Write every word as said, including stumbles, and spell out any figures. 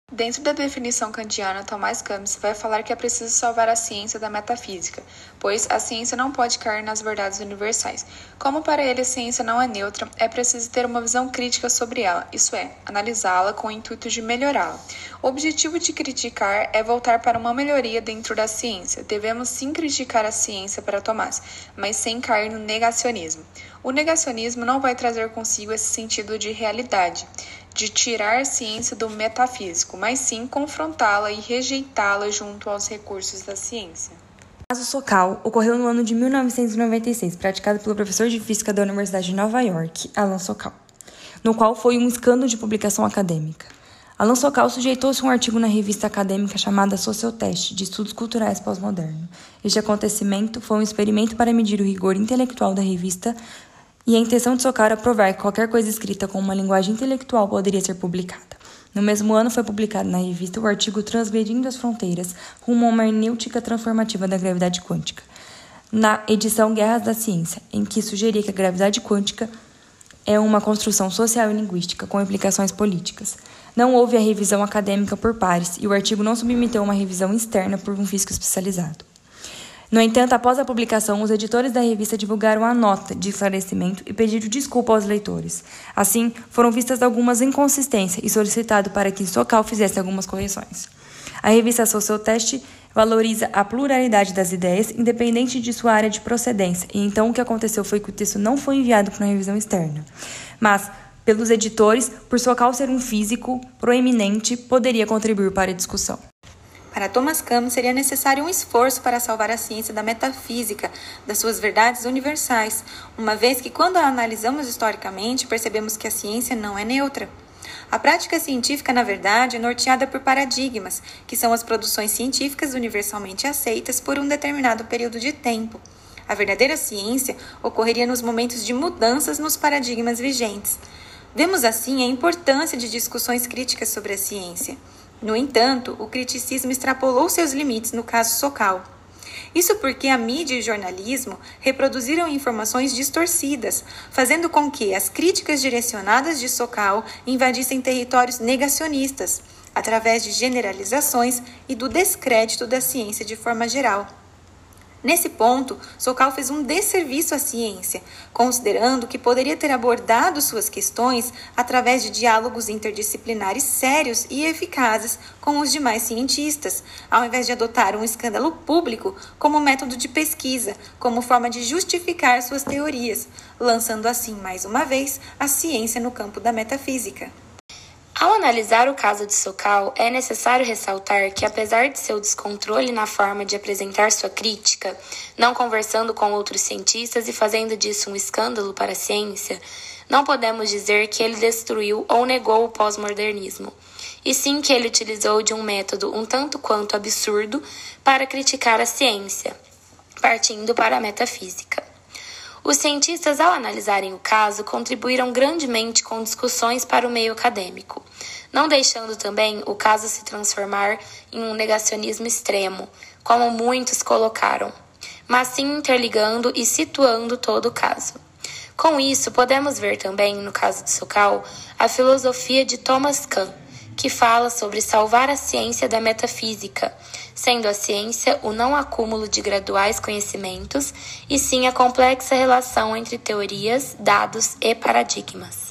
Dentro da definição kantiana, Tomás Campos vai falar que é preciso salvar a ciência da metafísica, pois a ciência não pode cair nas verdades universais. Como para ele a ciência não é neutra, é preciso ter uma visão crítica sobre ela, isso é, analisá-la com o intuito de melhorá-la. O objetivo de criticar é voltar para uma melhoria dentro da ciência. Devemos sim criticar a ciência para Tomás, mas sem cair no negacionismo. O negacionismo não vai trazer consigo esse sentido de realidade, de tirar a ciência do metafísico, mas sim confrontá-la e rejeitá-la junto aos recursos da ciência. O caso Sokal ocorreu no ano de mil novecentos e noventa e seis, praticado pelo professor de física da Universidade de Nova York, Alan Sokal, no qual foi um escândalo de publicação acadêmica. Alan Sokal sujeitou-se a um artigo na revista acadêmica chamada Socioteste, de Estudos Culturais Pós-Moderno. Este acontecimento foi um experimento para medir o rigor intelectual da revista, e a intenção de Sokal era provar que qualquer coisa escrita com uma linguagem intelectual poderia ser publicada. No mesmo ano foi publicado na revista o artigo Transgredindo as Fronteiras, rumo a uma hermenêutica transformativa da gravidade quântica, na edição Guerras da Ciência, em que sugeria que a gravidade quântica é uma construção social e linguística com implicações políticas. Não houve a revisão acadêmica por pares e o artigo não submeteu a uma revisão externa por um físico especializado. No entanto, após a publicação, os editores da revista divulgaram a nota de esclarecimento e pediram desculpa aos leitores. Assim, foram vistas algumas inconsistências e solicitado para que Sokal fizesse algumas correções. A revista Socioteste valoriza a pluralidade das ideias, independente de sua área de procedência, e então o que aconteceu foi que o texto não foi enviado para uma revisão externa. Mas, pelos editores, por Sokal ser um físico proeminente, poderia contribuir para a discussão. Para Thomas Kuhn, seria necessário um esforço para salvar a ciência da metafísica, das suas verdades universais, uma vez que, quando a analisamos historicamente, percebemos que a ciência não é neutra. A prática científica, na verdade, é norteada por paradigmas, que são as produções científicas universalmente aceitas por um determinado período de tempo. A verdadeira ciência ocorreria nos momentos de mudanças nos paradigmas vigentes. Vemos, assim, a importância de discussões críticas sobre a ciência. No entanto, o criticismo extrapolou seus limites no caso Sokal. Isso porque a mídia e o jornalismo reproduziram informações distorcidas, fazendo com que as críticas direcionadas de Sokal invadissem territórios negacionistas, através de generalizações e do descrédito da ciência de forma geral. Nesse ponto, Sokal fez um desserviço à ciência, considerando que poderia ter abordado suas questões através de diálogos interdisciplinares sérios e eficazes com os demais cientistas, ao invés de adotar um escândalo público como método de pesquisa, como forma de justificar suas teorias, lançando assim, mais uma vez, a ciência no campo da metafísica. Ao analisar o caso de Sokal, é necessário ressaltar que, apesar de seu descontrole na forma de apresentar sua crítica, não conversando com outros cientistas e fazendo disso um escândalo para a ciência, não podemos dizer que ele destruiu ou negou o pós-modernismo, e sim que ele utilizou de um método um tanto quanto absurdo para criticar a ciência, partindo para a metafísica. Os cientistas, ao analisarem o caso, contribuíram grandemente com discussões para o meio acadêmico, não deixando também o caso se transformar em um negacionismo extremo, como muitos colocaram, mas sim interligando e situando todo o caso. Com isso, podemos ver também, no caso de Sokal, a filosofia de Thomas Kuhn, que fala sobre salvar a ciência da metafísica, sendo a ciência o não acúmulo de graduais conhecimentos, e sim a complexa relação entre teorias, dados e paradigmas.